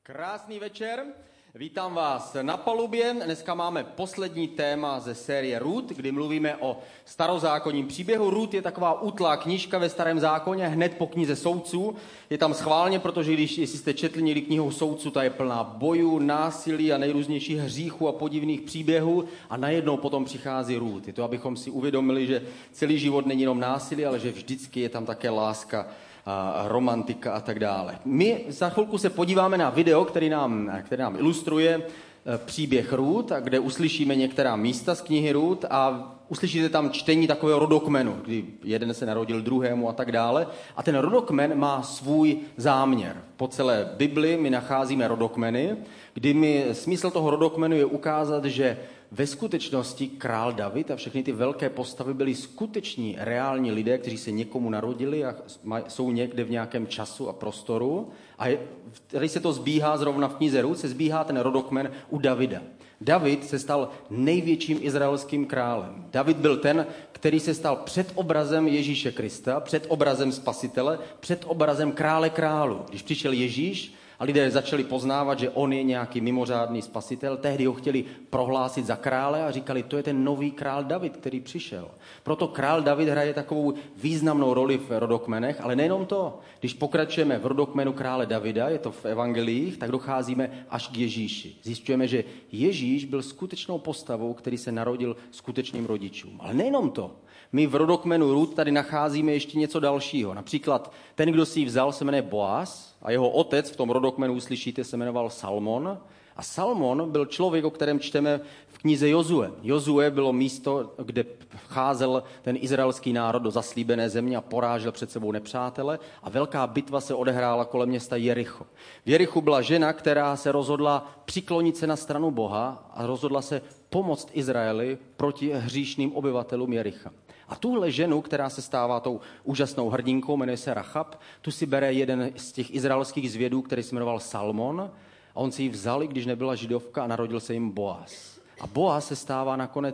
Krásný večer, vítám vás na palubě. Dneska máme poslední téma ze série Rut, kdy mluvíme o starozákonním příběhu. Rut je taková útlá knížka ve Starém zákoně, hned po knize Soudců. Je tam schválně, protože jestli jste četli někdy knihu Soudců, ta je plná bojů, násilí a nejrůznějších hříchů a podivných příběhů a najednou potom přichází Rut. Je to, abychom si uvědomili, že celý život není jenom násilí, ale že vždycky je tam také láska, romantika a tak dále. My za chvilku se podíváme na video, který nám ilustruje příběh Rut, kde uslyšíme některá místa z knihy Rut a uslyšíte tam čtení takového rodokmenu, kdy jeden se narodil druhému a tak dále. A ten rodokmen má svůj záměr. Po celé Bibli my nacházíme rodokmeny, kdy smysl toho rodokmenu je ukázat, že ve skutečnosti král David a všechny ty velké postavy byli skuteční, reální lidé, kteří se někomu narodili a jsou někde v nějakém času a prostoru. A tady se to zbíhá zrovna v knize Rut, se zbíhá ten rodokmen u Davida. David se stal největším izraelským králem. David byl ten, který se stal před obrazem Ježíše Krista, před obrazem Spasitele, před obrazem krále králů. Když přišel Ježíš a lidé začali poznávat, že on je nějaký mimořádný spasitel, tehdy ho chtěli prohlásit za krále a říkali, to je ten nový král David, který přišel. Proto král David hraje takovou významnou roli v rodokmenech, ale nejenom to. Když pokračujeme v rodokmenu krále Davida, je to v evangelích, tak docházíme až k Ježíši. Zjišťujeme, že Ježíš byl skutečnou postavou, který se narodil skutečným rodičům. Ale nejenom to. My v rodokmenu Rut tady nacházíme ještě něco dalšího. Například ten, kdo si ji vzal, se jmenuje Boaz a jeho otec v tom rodokmenu, uslyšíte, se jmenoval Salmon. A Salmon byl člověk, o kterém čteme v knize Jozue. Jozue bylo místo, kde vcházel ten izraelský národ do zaslíbené země a porážel před sebou nepřátele a velká bitva se odehrála kolem města Jericho. V Jerichu byla žena, která se rozhodla přiklonit se na stranu Boha a rozhodla se pomoct Izraeli proti hříšným obyvatelům Jericha. A tuhle ženu, která se stává tou úžasnou hrdinkou, jmenuje se Rachab, tu si bere jeden z těch izraelských zvědů, který se jmenoval Salmon, a on si ji vzal, když nebyla židovka, a narodil se jim Boaz. A Boaz se stává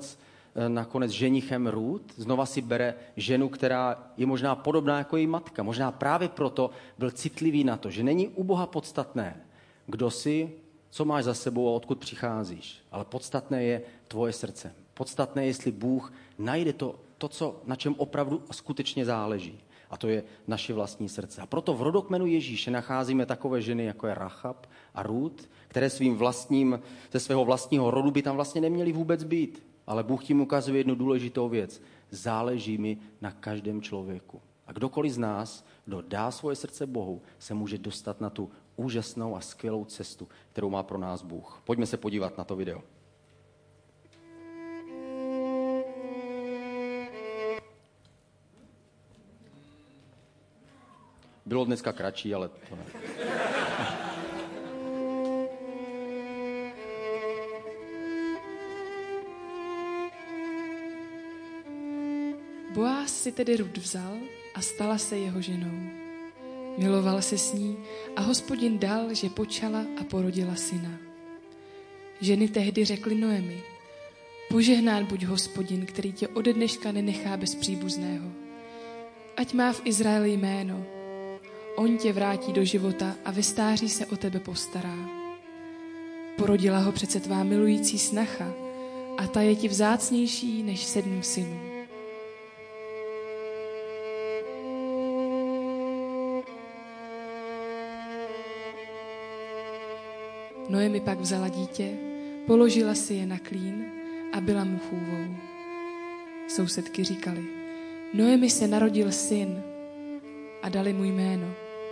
nakonec ženichem Rut, znova si bere ženu, která je možná podobná jako její matka. Možná právě proto byl citlivý na to, že není u Boha podstatné, kdo jsi, co máš za sebou a odkud přicházíš. Ale podstatné je tvoje srdce. Podstatné je, jestli Bůh najde to, na čem opravdu skutečně záleží. A to je naše vlastní srdce. A proto v rodokmenu Ježíše nacházíme takové ženy, jako je Rachab a Rut, které ze svého vlastního rodu by tam vlastně neměly vůbec být. Ale Bůh tím ukazuje jednu důležitou věc. Záleží mi na každém člověku. A kdokoliv z nás, kdo dá svoje srdce Bohu, se může dostat na tu úžasnou a skvělou cestu, kterou má pro nás Bůh. Pojďme se podívat na to video. Bylo dneska kratší, ale to ne. Boaz si tedy Rut vzal a stala se jeho ženou. Miloval se s ní a Hospodin dal, že počala a porodila syna. Ženy tehdy řekly Noemi, požehnán buď Hospodin, který tě ode dneška nenechá bez příbuzného. Ať má v Izraeli jméno. On tě vrátí do života a ve stáří se o tebe postará. Porodila ho přece tvá milující snacha a ta je ti vzácnější než 7 synů. Noemi pak vzala dítě, položila si je na klín a byla mu chůvou. Sousedky říkali, Noemi se narodil syn a dali mu jméno.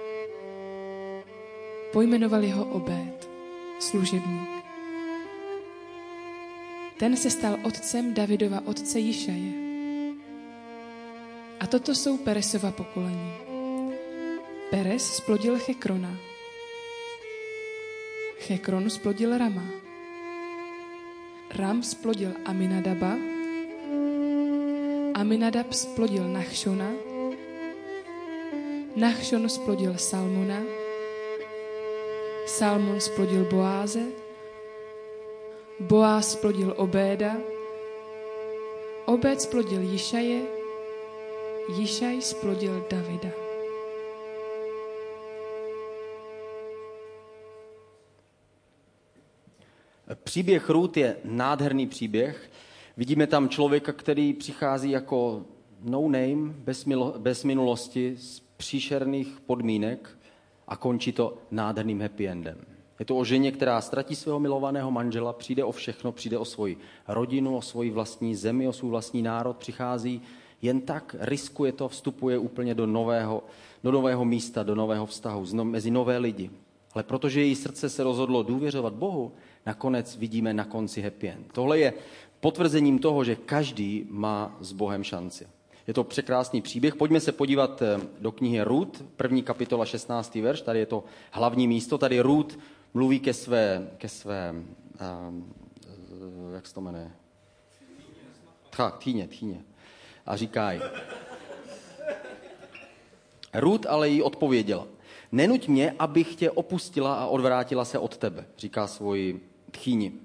Pojmenovali ho Obed, služebník. Ten se stal otcem Davidova otce Jišaje. A toto jsou Peresova pokolení. Peres splodil Chekrona. Chekron splodil Rama. Ram splodil Aminadaba. Aminadab splodil Nachšona. Nachšon splodil Salmona. Salmon splodil Boáze. Boáz splodil Obéda. Obéd splodil Jišaje. Jišaj splodil Davida. Příběh Rut je nádherný příběh. Vidíme tam člověka, který přichází jako no name, bez minulosti, z příšerných podmínek a končí to nádherným happy endem. Je to o ženě, která ztratí svého milovaného manžela, přijde o všechno, přijde o svoji rodinu, o svoji vlastní zemi, o svůj vlastní národ, přichází jen tak, riskuje to, vstupuje úplně do nového místa, do nového vztahu, mezi nové lidi. Ale protože její srdce se rozhodlo důvěřovat Bohu, nakonec vidíme na konci happy end. Tohle je potvrzením toho, že každý má s Bohem šanci. Je to překrásný příběh. Pojďme se podívat do knihy Rut, 1. kapitola 16. verš. Tady je to hlavní místo. Tady Rut mluví ke své jak se to jmenuje? Tchýně. A říká jí. Rut ale jí odpověděla. Nenuť mě, abych tě opustila a odvrátila se od tebe, říká svoji tchýni.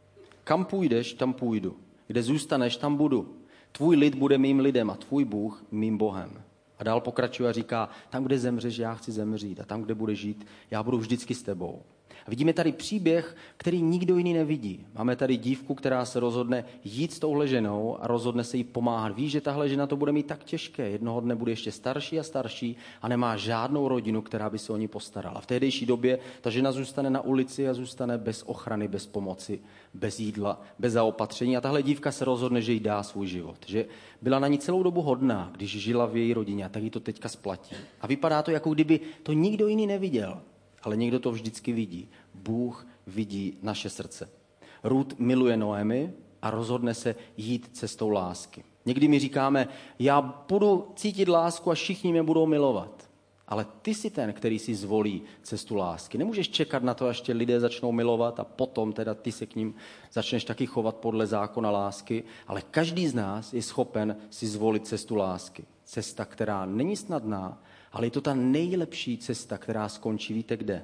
Kam půjdeš, tam půjdu. Kde zůstaneš, tam budu. Tvůj lid bude mým lidem a tvůj Bůh mým Bohem. A dál pokračuje a říká, tam, kde zemřeš, já chci zemřít. A tam, kde budeš žít, já budu vždycky s tebou. A vidíme tady příběh, který nikdo jiný nevidí. Máme tady dívku, která se rozhodne jít s touhle ženou a rozhodne se jí pomáhat. Ví, že tahle žena to bude mít tak těžké. Jednoho dne bude ještě starší a starší a nemá žádnou rodinu, která by se o ní postarala. V tehdejší době ta žena zůstane na ulici a zůstane bez ochrany, bez pomoci, bez jídla, bez zaopatření. A tahle dívka se rozhodne, že jí dá svůj život. Že byla na ní celou dobu hodná, když žila v její rodině, a tak jí to teďka splatí. A vypadá to, jako kdyby to nikdo jiný neviděl. Ale někdo to vždycky vidí. Bůh vidí naše srdce. Rut miluje Noemi a rozhodne se jít cestou lásky. Někdy my říkáme, já budu cítit lásku a všichni mě budou milovat. Ale ty jsi ten, který si zvolí cestu lásky. Nemůžeš čekat na to, až tě lidé začnou milovat a potom teda ty se k ním začneš taky chovat podle zákona lásky. Ale každý z nás je schopen si zvolit cestu lásky. Cesta, která není snadná, ale je to ta nejlepší cesta, která skončí, víte kde?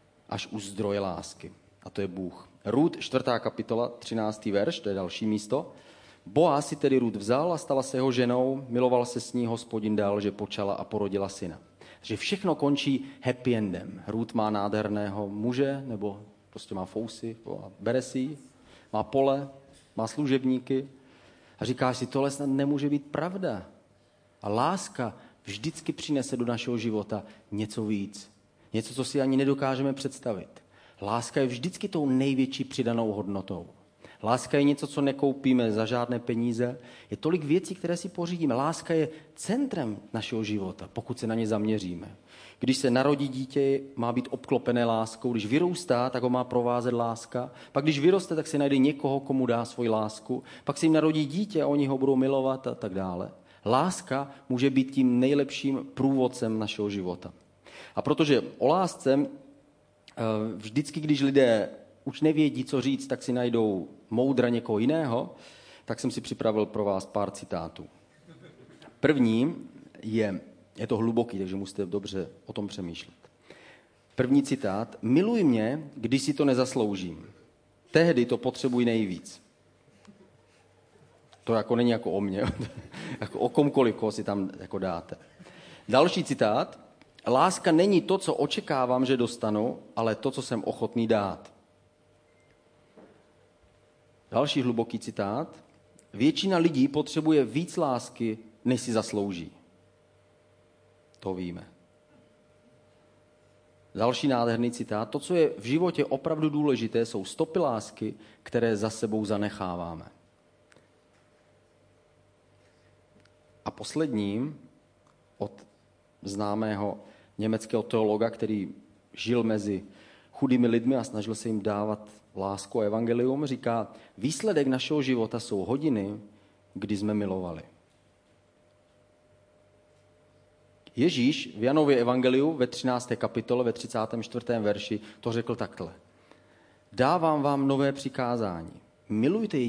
Až u zdroje lásky. A to je Bůh. Rut, 4. kapitola, 13. verš, to je další místo. Boaz si tedy Rut vzal a stala se jeho ženou, miloval se s ní, Hospodin dal, že počala a porodila syna. Že všechno končí happy endem. Rut má nádherného muže, nebo prostě má fousy, bere si, má pole, má služebníky. A říkáš si, tohle snad nemůže být pravda. A láska vždycky přinese do našeho života něco víc. Něco, co si ani nedokážeme představit. Láska je vždycky tou největší přidanou hodnotou. Láska je něco, co nekoupíme za žádné peníze. Je tolik věcí, které si pořídíme. Láska je centrem našeho života, pokud se na ně zaměříme. Když se narodí dítě, má být obklopené láskou. Když vyrůstá, tak ho má provázet láska. Pak když vyroste, tak si najde někoho, komu dá svoji lásku. Pak se jim narodí dítě a oni ho budou milovat a tak dále. Láska může být tím nejlepším průvodcem našeho života. A protože o lásce vždycky, když lidé už nevědí, co říct, tak si najdou moudra někoho jiného, tak jsem si připravil pro vás pár citátů. První je to hluboký, takže musíte dobře o tom přemýšlet. První citát. Miluj mě, když si to nezasloužím. Tehdy to potřebuji nejvíc. To jako není jako o mně, jako o komkoliv, koho si tam jako dáte. Další citát. Láska není to, co očekávám, že dostanu, ale to, co jsem ochotný dát. Další hluboký citát. Většina lidí potřebuje víc lásky, než si zaslouží. To víme. Další nádherný citát. To, co je v životě opravdu důležité, jsou stopy lásky, které za sebou zanecháváme. A poslední od známého německého teologa, který žil mezi chudými lidmi a snažil se jim dávat lásku a evangelium, říká, výsledek našeho života jsou hodiny, kdy jsme milovali. Ježíš v Janově evangeliu ve 13. kapitole, ve 34. verši to řekl takhle. Dávám vám nové přikázání. Milujte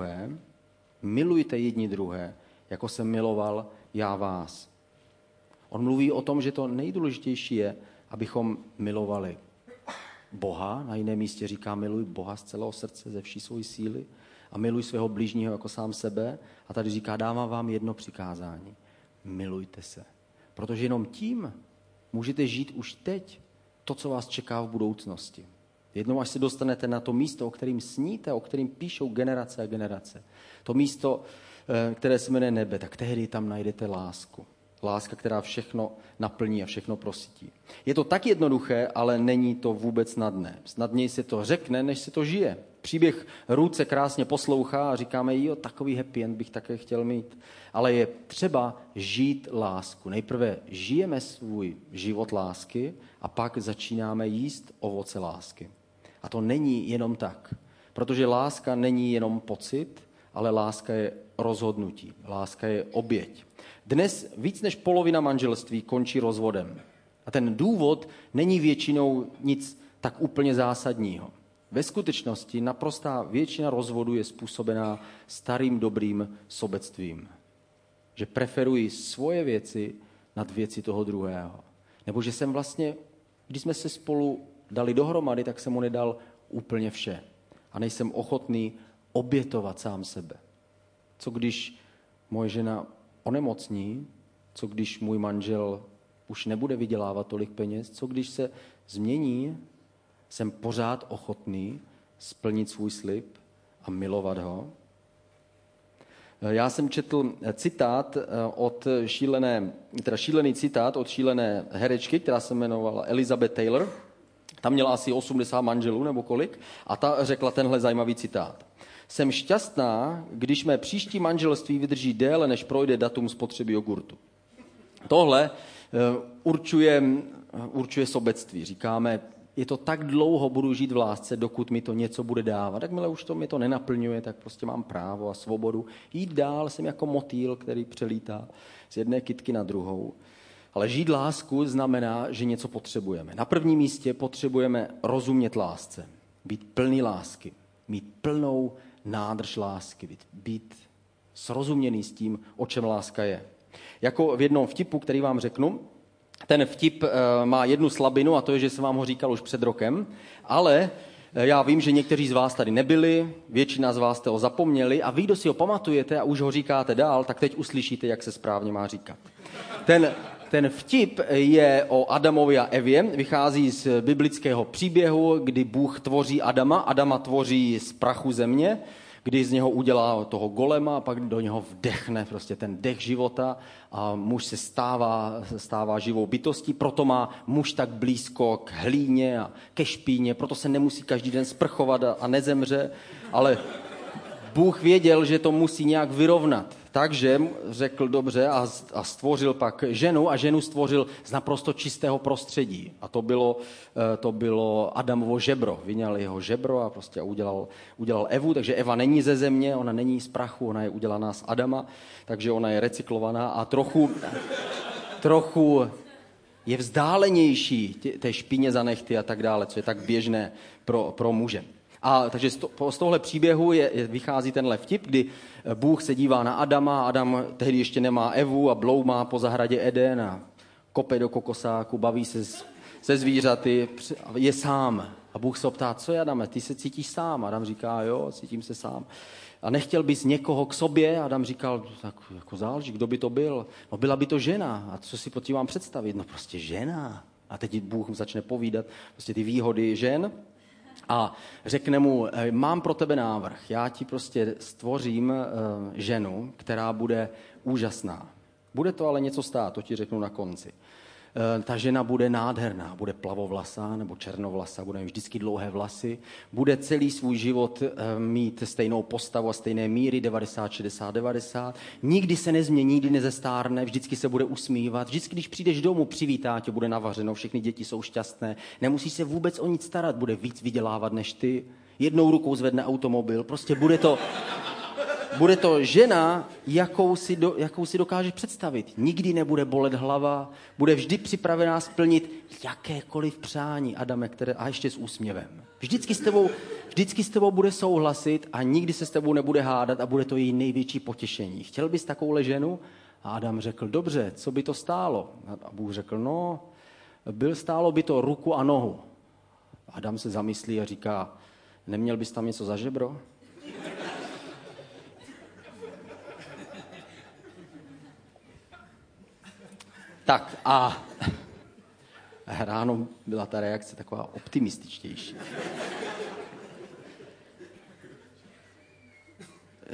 jedni druhé, jako jsem miloval já vás. On mluví o tom, že to nejdůležitější je, abychom milovali Boha. Na jiném místě říká, miluj Boha z celého srdce, ze vší svojí síly a miluj svého blížního jako sám sebe. A tady říká, dávám vám jedno přikázání. Milujte se. Protože jenom tím můžete žít už teď to, co vás čeká v budoucnosti. Jednou, až se dostanete na to místo, o kterém sníte, o kterém píšou generace a generace. To místo, které se jmenuje nebe, tak tehdy tam najdete lásku. Láska, která všechno naplní a všechno prosytí. Je to tak jednoduché, ale není to vůbec snadné. Snadněji se to řekne, než se to žije. Příběh Ruth se krásně poslouchá a říkáme, jo, takový happy end bych také chtěl mít. Ale je třeba žít lásku. Nejprve žijeme svůj život lásky a pak začínáme jíst ovoce lásky. A to není jenom tak. Protože láska není jenom pocit, ale láska je rozhodnutí. Láska je oběť. Dnes víc než polovina manželství končí rozvodem. A ten důvod není většinou nic tak úplně zásadního. Ve skutečnosti naprostá většina rozvodů je způsobená starým dobrým sobectvím. Že preferuji svoje věci nad věci toho druhého. Nebo že jsem vlastně, když jsme se spolu dali dohromady, tak jsem mu nedal úplně vše. A nejsem ochotný obětovat sám sebe. Co když moje žena onemocní, co když můj manžel už nebude vydělávat tolik peněz, co když se změní, jsem pořád ochotný splnit svůj slib a milovat ho. Já jsem četl citát šílený citát od šílené herečky, která se jmenovala Elizabeth Taylor. Tam měla asi 80 manželů nebo kolik a ta řekla tenhle zajímavý citát. Jsem šťastná, když mé příští manželství vydrží déle, než projde datum spotřeby jogurtu. Tohle určuje sobectví. Říkáme, je to tak dlouho, budu žít v lásce, dokud mi to něco bude dávat. Jakmile už to mi to nenaplňuje, tak prostě mám právo a svobodu jít dál. Jsem jako motýl, který přelítá z jedné kytky na druhou. Ale žít lásku znamená, že něco potřebujeme. Na prvním místě potřebujeme rozumět lásce. Být plný lásky. Mít plnou nádrž lásky. Být srozuměný s tím, o čem láska je. Jako v jednom vtipu, který vám řeknu, ten vtip má jednu slabinu a to je, že jsem vám ho říkal už před rokem, ale já vím, že někteří z vás tady nebyli, většina z vás jste ho zapomněli a vy, kdo si ho pamatujete a už ho říkáte dál, tak teď uslyšíte, jak se správně má říkat. Ten vtip je o Adamovi a Evě, vychází z biblického příběhu, kdy Bůh tvoří Adama. Adama tvoří z prachu země, kdy z něho udělá toho golema a pak do něho vdechne prostě ten dech života a muž se stává živou bytostí, proto má muž tak blízko k hlíně a ke špíně, proto se nemusí každý den sprchovat a nezemře, ale Bůh věděl, že to musí nějak vyrovnat. Takže řekl dobře a stvořil pak ženu a ženu stvořil z naprosto čistého prostředí. A to bylo Adamovo žebro. Vyňal jeho žebro a prostě udělal Evu, takže Eva není ze země, ona není z prachu, ona je udělaná z Adama, takže ona je recyklovaná a trochu je vzdálenější té špíně za nehty a tak dále, co je tak běžné pro muže. A takže z tohle příběhu vychází tenhle vtip, kdy Bůh se dívá na Adama, Adam tehdy ještě nemá Evu a bloumá po zahradě Eden a kope do kokosáku, baví se se zvířaty, je sám. A Bůh se optá, co je, Adame, ty se cítíš sám? Adam říká, jo, cítím se sám. A nechtěl bys někoho k sobě? Adam říkal, tak jako záleží, kdo by to byl. No byla by to žena. A co si pod tím mám představit? No prostě žena. A teď Bůh začne povídat prostě ty výhody žen. A řekne mu, mám pro tebe návrh, já ti prostě stvořím ženu, která bude úžasná. Bude to ale něco stát, to ti řeknu na konci. Ta žena bude nádherná, bude plavovlasá nebo černovlasá, bude mít vždycky dlouhé vlasy, bude celý svůj život mít stejnou postavu a stejné míry, 90, 60, 90. Nikdy se nezmění, nikdy nezestárne, vždycky se bude usmívat. Vždycky, když přijdeš domů, přivítá tě, bude navařeno, všechny děti jsou šťastné. Nemusíš se vůbec o nic starat, bude víc vydělávat než ty. Jednou rukou zvedne automobil, prostě bude to žena, jakou si dokážeš představit. Nikdy nebude bolet hlava, bude vždy připravená splnit jakékoliv přání, Adame, a ještě s úsměvem. Vždycky s tebou bude souhlasit a nikdy se s tebou nebude hádat a bude to její největší potěšení. Chtěl bys takovouhle ženu? A Adam řekl, dobře, co by to stálo? A Bůh řekl, stálo by to ruku a nohu. Adam se zamyslí a říká, neměl bys tam něco za žebro? Tak a ráno byla ta reakce taková optimističtější.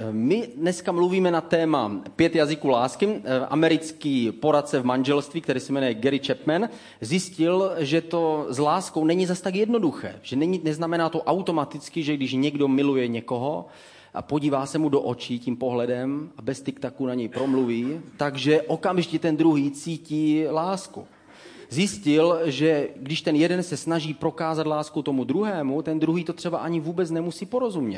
My dneska mluvíme na téma 5 jazyků lásky. Americký poradce v manželství, který se jmenuje Gary Chapman, zjistil, že to s láskou není zas tak jednoduché. Že neznamená to automaticky, že když někdo miluje někoho a podívá se mu do očí tím pohledem a bez tiktaku na něj promluví, takže okamžitě ten druhý cítí lásku. Zjistil, že když ten jeden se snaží prokázat lásku tomu druhému, ten druhý to třeba ani vůbec nemusí porozumět.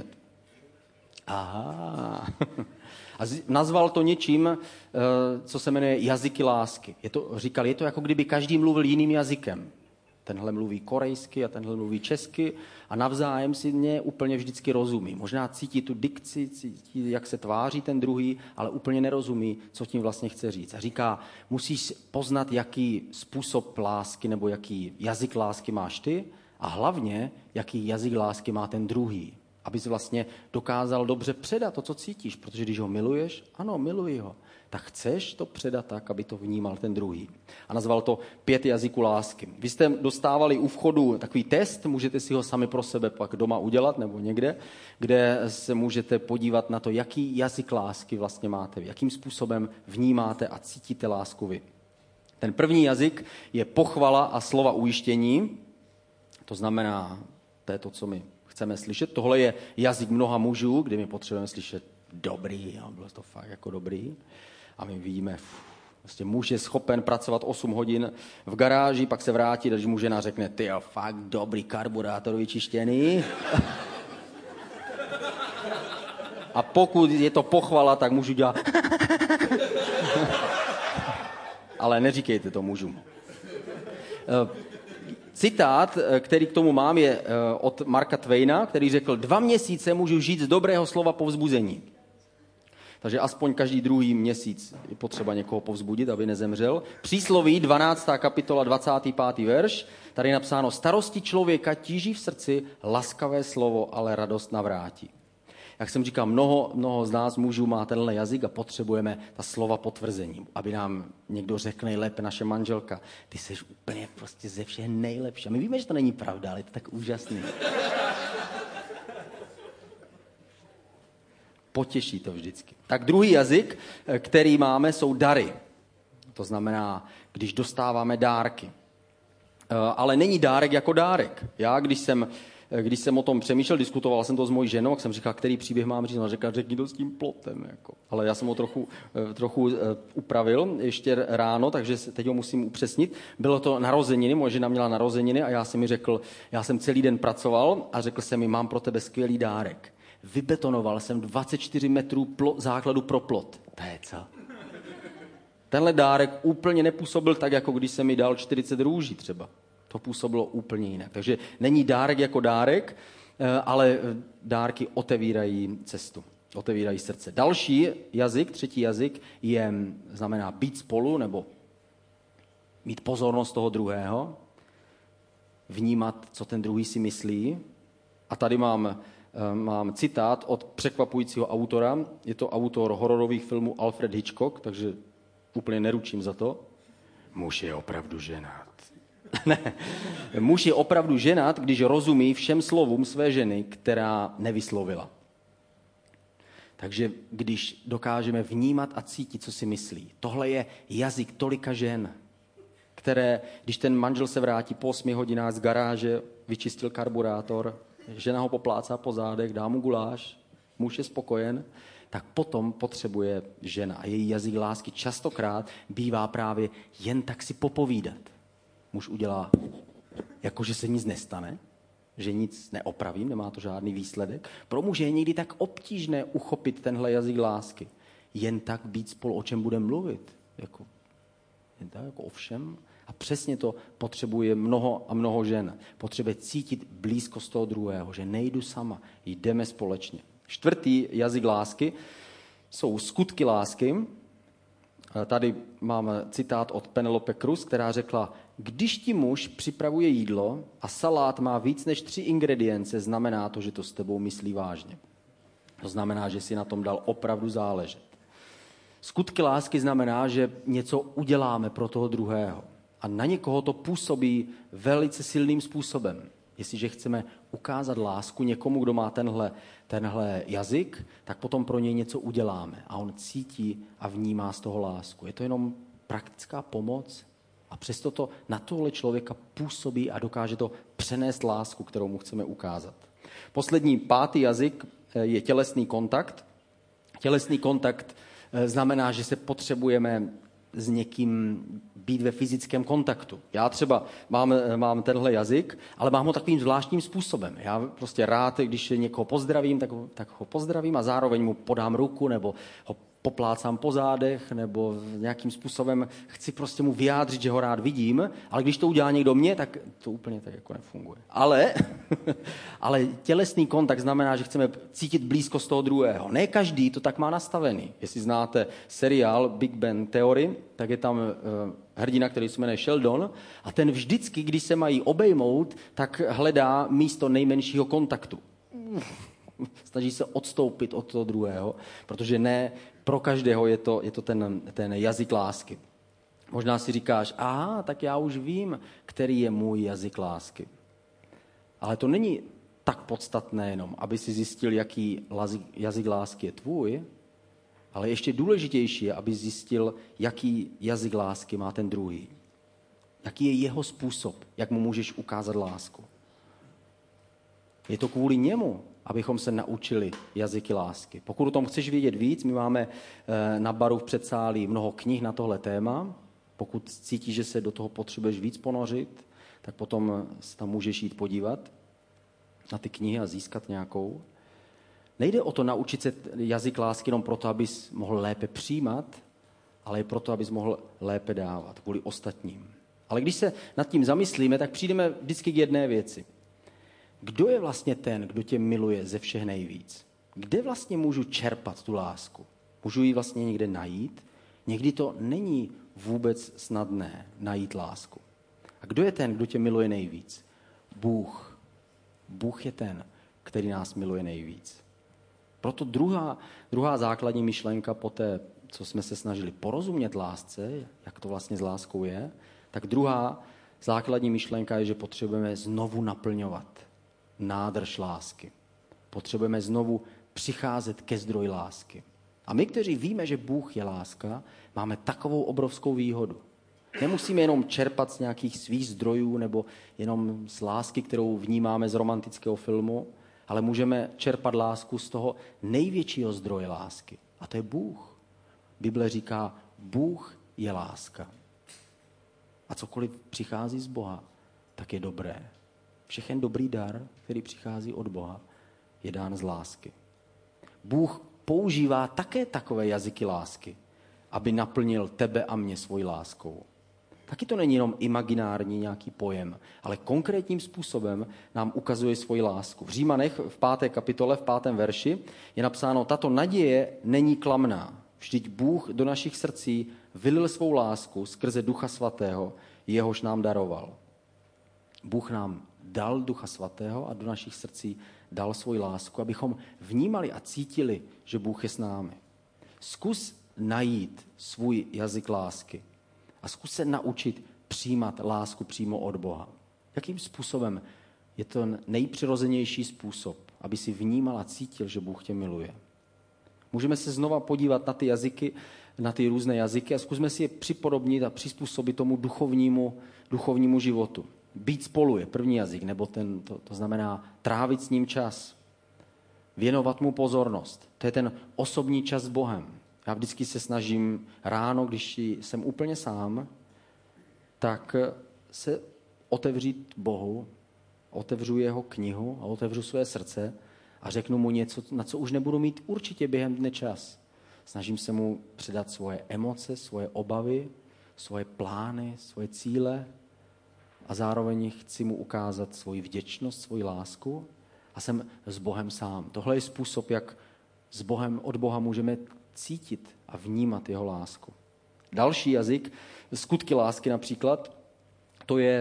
Aha. A nazval to něčím, co se jmenuje jazyky lásky. Říkal, je to jako kdyby každý mluvil jiným jazykem. Tenhle mluví korejsky a tenhle mluví česky a navzájem si mě úplně vždycky rozumí. Možná cítí tu dikci, cítí, jak se tváří ten druhý, ale úplně nerozumí, co tím vlastně chce říct. A říká, musíš poznat, jaký způsob lásky nebo jaký jazyk lásky máš ty a hlavně, jaký jazyk lásky má ten druhý. Abys vlastně dokázal dobře předat to, co cítíš, protože když ho miluješ, ano, miluji ho, tak chceš to předat tak, aby to vnímal ten druhý. A nazval to 5 jazyků lásky. Vy jste dostávali u vchodu takový test, můžete si ho sami pro sebe pak doma udělat nebo někde, kde se můžete podívat na to, jaký jazyk lásky vlastně máte vy, jakým způsobem vnímáte a cítíte lásku vy. Ten první jazyk je pochvala a slova ujištění, to znamená, to je to, co my chceme slyšet. Tohle je jazyk mnoha mužů, kdy my potřebujeme slyšet dobrý, a bylo to fakt jako dobrý. A my vidíme, vlastně muž je schopen pracovat 8 hodin v garáži, pak se vrátit, když mu žena řekne, ty jo, fakt dobrý karburátor vyčištěný. A pokud je to pochvala, tak mužu dělá ale neříkejte to mužům. Citát, který k tomu mám, je od Marka Twaina, který řekl, 2 měsíce můžu žít z dobrého slova povzbuzení. Takže aspoň každý druhý měsíc je potřeba někoho povzbudit, aby nezemřel. Přísloví, 12. kapitola, 25. verš, tady je napsáno, starosti člověka tíží v srdci, laskavé slovo, ale radost navrátí. Jak jsem říkal, mnoho z nás mužů má tenhle jazyk a potřebujeme ta slova potvrzení, aby nám někdo řekl nejlépe, naše manželka, ty jsi úplně prostě ze všech nejlepší. A my víme, že to není pravda, ale je to tak úžasný. Potěší to vždycky. Tak druhý jazyk, který máme, jsou dary. To znamená, když dostáváme dárky. Ale není dárek jako dárek. Já, když jsem o tom přemýšlel, diskutoval jsem to s mojí ženou, jak jsem říkal, který příběh mám říct, ona řekla, řekni to s tím plotem. Jako. Ale já jsem ho trochu upravil ještě ráno, takže teď ho musím upřesnit. Bylo to narozeniny, moje žena měla narozeniny a já jsem mi řekl, já jsem celý den pracoval a řekl jsem mi, mám pro tebe skvělý dárek. Vybetonoval jsem 24 metrů základu pro plot. To je co? Tenhle dárek úplně nepůsobil tak, jako když jsem mi dal 40 růží třeba. To působilo úplně jinak. Takže není dárek jako dárek, ale dárky otevírají cestu, otevírají srdce. Další jazyk, třetí jazyk, znamená být spolu nebo mít pozornost toho druhého, vnímat, co ten druhý si myslí. A tady mám citát od překvapujícího autora. Je to autor hororových filmů Alfred Hitchcock, takže úplně neručím za to. Muž je opravdu ženat. Ne. Muž je opravdu ženat, když rozumí všem slovům své ženy, která nevyslovila. Takže když dokážeme vnímat a cítit, co si myslí. Tohle je jazyk tolika žen, které, když ten manžel se vrátí po 8 hodinách z garáže, vyčistil karburátor, žena ho poplácá po zádech, dá mu guláš, muž je spokojen, tak potom potřebuje žena. A její jazyk lásky častokrát bývá právě jen tak si popovídat. Muž udělá, jakože se nic nestane, že nic neopravím, nemá to žádný výsledek. Pro muže je někdy tak obtížné uchopit tenhle jazyk lásky. Jen tak být spolu, o čem budeme mluvit. Jen tak, jako o všem. A přesně to potřebuje mnoho a mnoho žen. Potřebuje cítit blízkost toho druhého, že nejdu sama, jdeme společně. 4. jazyk lásky jsou skutky lásky. Tady mám citát od Penelope Cruz, která řekla, když ti muž připravuje jídlo a salát má víc než 3 ingredience, znamená to, že to s tebou myslí vážně. To znamená, že si na tom dal opravdu záležet. Skutky lásky znamená, že něco uděláme pro toho druhého. A na někoho to působí velice silným způsobem. Jestliže chceme ukázat lásku někomu, kdo má tenhle jazyk, tak potom pro něj něco uděláme a on cítí a vnímá z toho lásku. Je to jenom praktická pomoc a přesto to na tohle člověka působí a dokáže to přenést lásku, kterou mu chceme ukázat. Poslední, 5. jazyk je tělesný kontakt. Tělesný kontakt znamená, že se potřebujeme s někým být ve fyzickém kontaktu. Já třeba mám tenhle jazyk, ale mám ho takovým zvláštním způsobem. Já prostě rád, když někoho pozdravím, tak ho pozdravím a zároveň mu podám ruku nebo ho poplácám po zádech nebo nějakým způsobem chci prostě mu vyjádřit, že ho rád vidím, ale když to udělá někdo mě, tak to úplně tak jako nefunguje. Ale tělesný kontakt znamená, že chceme cítit blízkost toho druhého. Ne každý to tak má nastavený. Jestli znáte seriál Big Bang Theory, tak je tam hrdina, který se jmenuje Sheldon a ten vždycky, když se mají obejmout, tak hledá místo nejmenšího kontaktu. Snaží se odstoupit od toho druhého, protože ne pro každého je to ten jazyk lásky. Možná si říkáš, aha, tak já už vím, který je můj jazyk lásky. Ale to není tak podstatné jenom, aby si zjistil, jaký jazyk lásky je tvůj, ale ještě důležitější je, aby zjistil, jaký jazyk lásky má ten druhý. Jaký je jeho způsob, jak mu můžeš ukázat lásku. Je to kvůli němu, abychom se naučili jazyky lásky. Pokud o tom chceš vědět víc, my máme na baru v předsálí mnoho knih na tohle téma. Pokud cítíš, že se do toho potřebuješ víc ponořit, tak potom se tam můžeš jít podívat na ty knihy a získat nějakou. Nejde o to naučit se jazyk lásky jenom proto, abys mohl lépe přijímat, ale i proto, abys mohl lépe dávat kvůli ostatním. Ale když se nad tím zamyslíme, tak přijdeme vždycky k jedné věci. Kdo je vlastně ten, kdo tě miluje ze všech nejvíc? Kde vlastně můžu čerpat tu lásku? Můžu ji vlastně někde najít? Někdy to není vůbec snadné najít lásku. A kdo je ten, kdo tě miluje nejvíc? Bůh. Bůh je ten, který nás miluje nejvíc. Proto druhá základní myšlenka po té, co jsme se snažili porozumět lásce, jak to vlastně s láskou je, tak druhá základní myšlenka je, že potřebujeme znovu naplňovat nádrž lásky. Potřebujeme znovu přicházet ke zdroji lásky. A my, kteří víme, že Bůh je láska, máme takovou obrovskou výhodu. Nemusíme jenom čerpat z nějakých svých zdrojů nebo jenom z lásky, kterou vnímáme z romantického filmu, ale můžeme čerpat lásku z toho největšího zdroje lásky. A to je Bůh. Bible říká, Bůh je láska. A cokoliv přichází z Boha, tak je dobré. Všechen dobrý dar, který přichází od Boha, je dán z lásky. Bůh používá také takové jazyky lásky, aby naplnil tebe a mě svojí láskou. Taky to není jenom imaginární nějaký pojem, ale konkrétním způsobem nám ukazuje svoji lásku. V Římanech v 5. kapitole, v 5. verši je napsáno, tato naděje není klamná. Vždyť Bůh do našich srdcí vylil svou lásku skrze Ducha Svatého, jehož nám daroval. Bůh nám dal Ducha Svatého a do našich srdcí dal svoji lásku, abychom vnímali a cítili, že Bůh je s námi. Zkus najít svůj jazyk lásky a zkus se naučit přijímat lásku přímo od Boha. Jakým způsobem je to nejpřirozenější způsob, aby si vnímal a cítil, že Bůh tě miluje. Můžeme se znova podívat na ty jazyky, na ty různé jazyky a zkusme si je připodobnit a přizpůsobit tomu duchovnímu životu. Být spolu je první jazyk, nebo to znamená trávit s ním čas. Věnovat mu pozornost. To je ten osobní čas s Bohem. Já vždycky se snažím ráno, když jsem úplně sám, tak se otevřít Bohu, otevřu jeho knihu a otevřu své srdce a řeknu mu něco, na co už nebudu mít určitě během dne čas. Snažím se mu předat svoje emoce, svoje obavy, svoje plány, svoje cíle a zároveň chci mu ukázat svoji vděčnost, svoji lásku a jsem s Bohem sám. Tohle je způsob, jak s Bohem, od Boha můžeme cítit a vnímat jeho lásku. Další jazyk, skutky lásky například, to je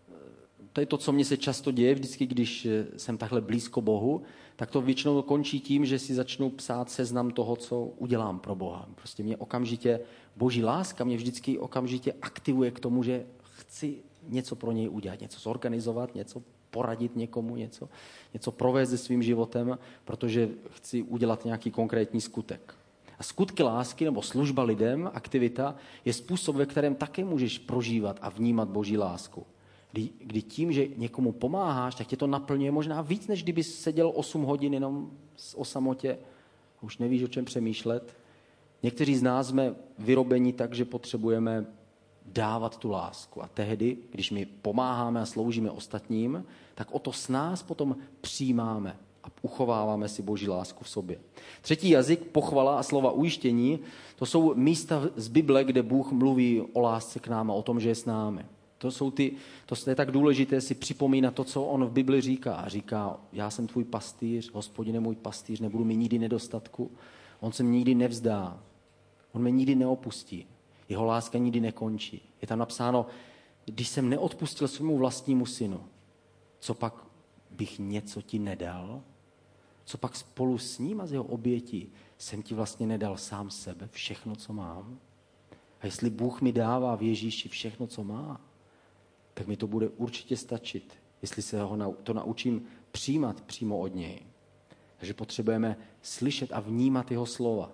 to, co mně se často děje, vždycky, když jsem takhle blízko Bohu, tak to většinou končí tím, že si začnu psát seznam toho, co udělám pro Boha. Prostě mě okamžitě, Boží láska mě vždycky okamžitě aktivuje k tomu, že chci něco pro něj udělat, něco zorganizovat, něco poradit někomu něco provést se svým životem, protože chci udělat nějaký konkrétní skutek. A skutky lásky nebo služba lidem, aktivita, je způsob, ve kterém také můžeš prožívat a vnímat Boží lásku. Kdy tím, že někomu pomáháš, tak tě to naplňuje možná víc, než kdyby seděl 8 hodin jenom o samotě a už nevíš, o čem přemýšlet. Někteří z nás jsme vyrobeni tak, že potřebujeme dávat tu lásku. A tehdy, když my pomáháme a sloužíme ostatním, tak o to s nás potom přijímáme a uchováváme si Boží lásku v sobě. Třetí jazyk, pochvala a slova ujištění, to jsou místa z Bible, kde Bůh mluví o lásce k nám a o tom, že je s námi. To je tak důležité si připomínat to, co on v Bibli říká. A říká, já jsem tvůj pastýř, Hospodin je můj pastýř, nebudu mi nikdy nedostatku. On se mě nikdy nevzdá. On mě nikdy neopustí. Jeho láska nikdy nekončí. Je tam napsáno, když jsem neodpustil svému vlastnímu synu, co pak bych něco ti nedal? Co pak spolu s ním a z jeho obětí jsem ti vlastně nedal sám sebe, všechno, co mám? A jestli Bůh mi dává v Ježíši všechno, co má, tak mi to bude určitě stačit, jestli se ho to naučím přijímat přímo od něj. Takže potřebujeme slyšet a vnímat jeho slova.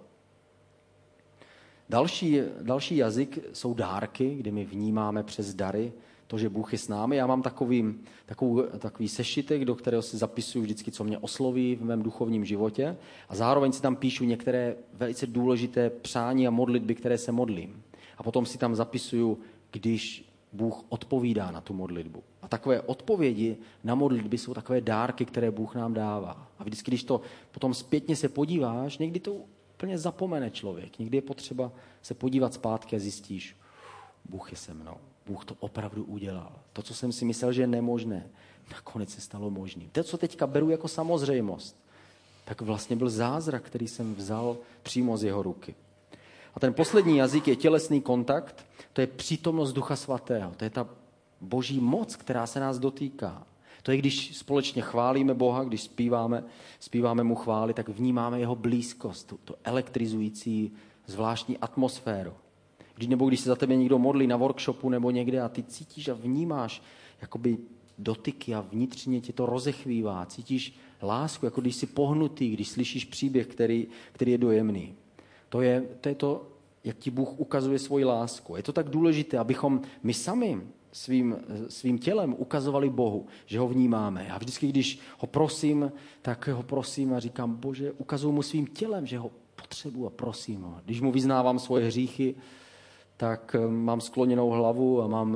Další jazyk jsou dárky, kdy my vnímáme přes dary to, že Bůh je s námi. Já mám takový sešitek, do kterého si zapisuju vždycky, co mě osloví v mém duchovním životě a zároveň si tam píšu některé velice důležité přání a modlitby, které se modlím. A potom si tam zapisuju, když Bůh odpovídá na tu modlitbu. A takové odpovědi na modlitby jsou takové dárky, které Bůh nám dává. A vždycky, když to potom zpětně se podíváš, někdy to úplně zapomene člověk. Někdy je potřeba se podívat zpátky a zjistíš, Bůh je se mnou. Bůh to opravdu udělal. To, co jsem si myslel, že je nemožné, nakonec se stalo možným. To, co teďka beru jako samozřejmost, tak vlastně byl zázrak, který jsem vzal přímo z jeho ruky. A ten poslední jazyk je tělesný kontakt, to je přítomnost Ducha Svatého, to je ta Boží moc, která se nás dotýká. To je, když společně chválíme Boha, když zpíváme mu chvály, tak vnímáme jeho blízkost, to elektrizující zvláštní atmosféru. Nebo když se za tebe někdo modlí na workshopu nebo někde a ty cítíš a vnímáš jakoby dotyky a vnitřně tě to rozechvívá, cítíš lásku, jako když jsi pohnutý, když slyšíš příběh, který je dojemný. To je to, jak ti Bůh ukazuje svoji lásku. Je to tak důležité, abychom my sami svým tělem ukazovali Bohu, že ho vnímáme. Já vždycky, když ho prosím, tak ho prosím a říkám, Bože, ukazuju mu svým tělem, že ho potřebuji a prosím ho. Když mu vyznávám svoje hříchy, tak mám skloněnou hlavu a mám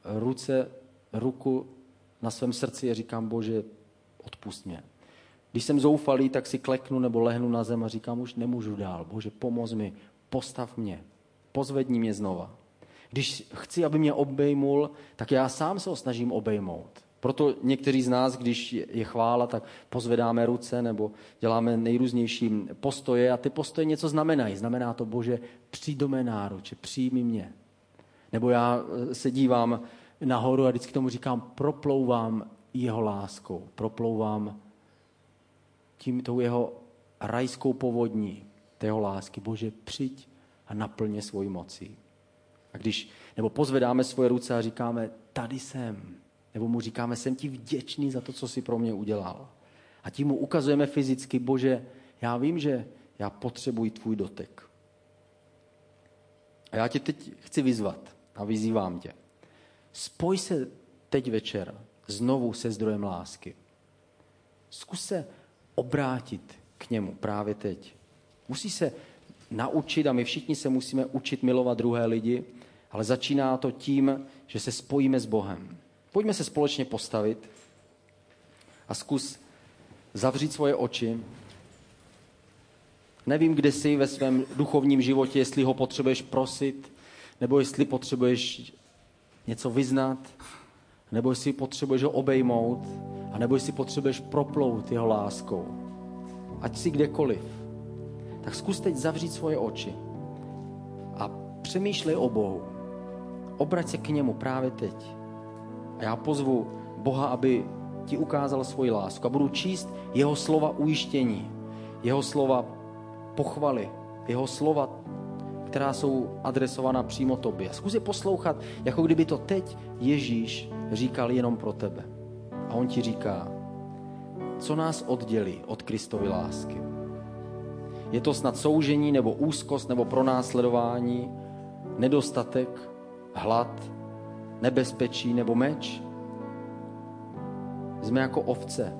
ruku na svém srdci a říkám, Bože, odpusť mě. Když jsem zoufalý, tak si kleknu nebo lehnu na zem a říkám, už nemůžu dál. Bože, pomoz mi, postav mě, pozvedni mě znova. Když chci, aby mě obejmul, tak já sám se ho snažím obejmout. Proto někteří z nás, když je chvála, tak pozvedáme ruce nebo děláme nejrůznější postoje a ty postoje něco znamenají. Znamená to, Bože, přijď do mé náruče, přijmi mě. Nebo já se dívám nahoru a vždycky tomu říkám, proplouvám jeho láskou, proplouvám tou jeho rajskou povodní tého lásky. Bože, přijď a naplně svoji mocí. Nebo pozvedáme svoje ruce a říkáme, tady jsem. Nebo mu říkáme, jsem ti vděčný za to, co jsi pro mě udělal. A tím mu ukazujeme fyzicky, Bože, já vím, že já potřebuji tvůj dotek. A já tě teď chci vyzvat a vyzývám tě. Spoj se teď večer znovu se zdrojem lásky. Zkus se obrátit k němu právě teď. Musí se naučit a my všichni se musíme učit milovat druhé lidi, ale začíná to tím, že se spojíme s Bohem. Pojďme se společně postavit a zkus zavřít svoje oči. Nevím, kde jsi ve svém duchovním životě, jestli ho potřebuješ prosit, nebo jestli potřebuješ něco vyznat, nebo jestli potřebuješ ho obejmout, a nebo jestli potřebuješ proplout jeho láskou. Ať jsi kdekoliv, tak zkus teď zavřít svoje oči a přemýšlej o Bohu. Obrať se k němu právě teď. A já pozvu Boha, aby ti ukázal svoji lásku. A budu číst jeho slova ujištění, jeho slova pochvaly, jeho slova, která jsou adresována přímo tobě. Zkus je poslouchat, jako kdyby to teď Ježíš říkal jenom pro tebe. A on ti říká, co nás oddělí od Kristovy lásky? Je to snad soužení, nebo úzkost, nebo pronásledování, nedostatek, hlad, nebezpečí nebo meč? Jsme jako ovce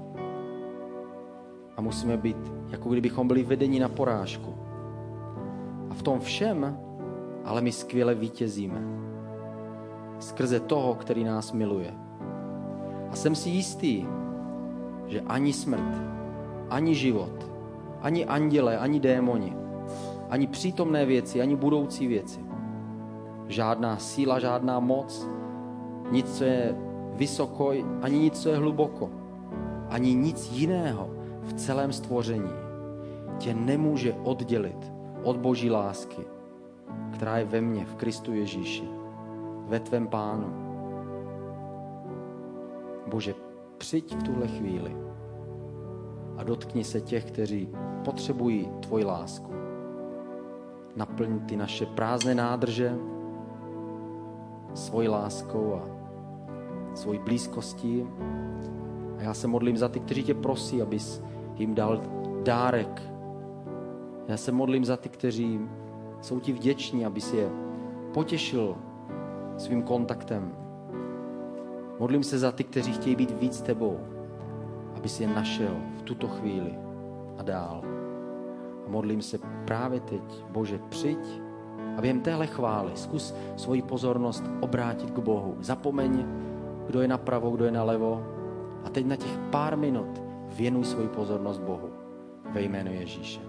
a musíme být, jako kdybychom byli vedeni na porážku. A v tom všem ale my skvěle vítězíme. Skrze toho, který nás miluje. A jsem si jistý, že ani smrt, ani život, ani anděle, ani démoni, ani přítomné věci, ani budoucí věci, žádná síla, žádná moc, nic, co je vysoko, ani nic, co je hluboko, ani nic jiného v celém stvoření tě nemůže oddělit od Boží lásky, která je ve mně, v Kristu Ježíši, ve tvém Pánu. Bože, přijď v tuhle chvíli a dotkni se těch, kteří potřebují tvoji lásku. Naplň ty naše prázdné nádrže svojí láskou a svojí blízkostí. A já se modlím za ty, kteří tě prosí, abys jim dal dárek. Já se modlím za ty, kteří jsou ti vděční, abys je potěšil svým kontaktem. Modlím se za ty, kteří chtějí být víc tebou, abys je našel v tuto chvíli a dál. A modlím se právě teď, Bože, přijď a během téhle chvály zkus svoji pozornost obrátit k Bohu. Zapomeň, kdo je napravo, kdo je nalevo a teď na těch pár minut věnuj svoji pozornost Bohu ve jménu Ježíše.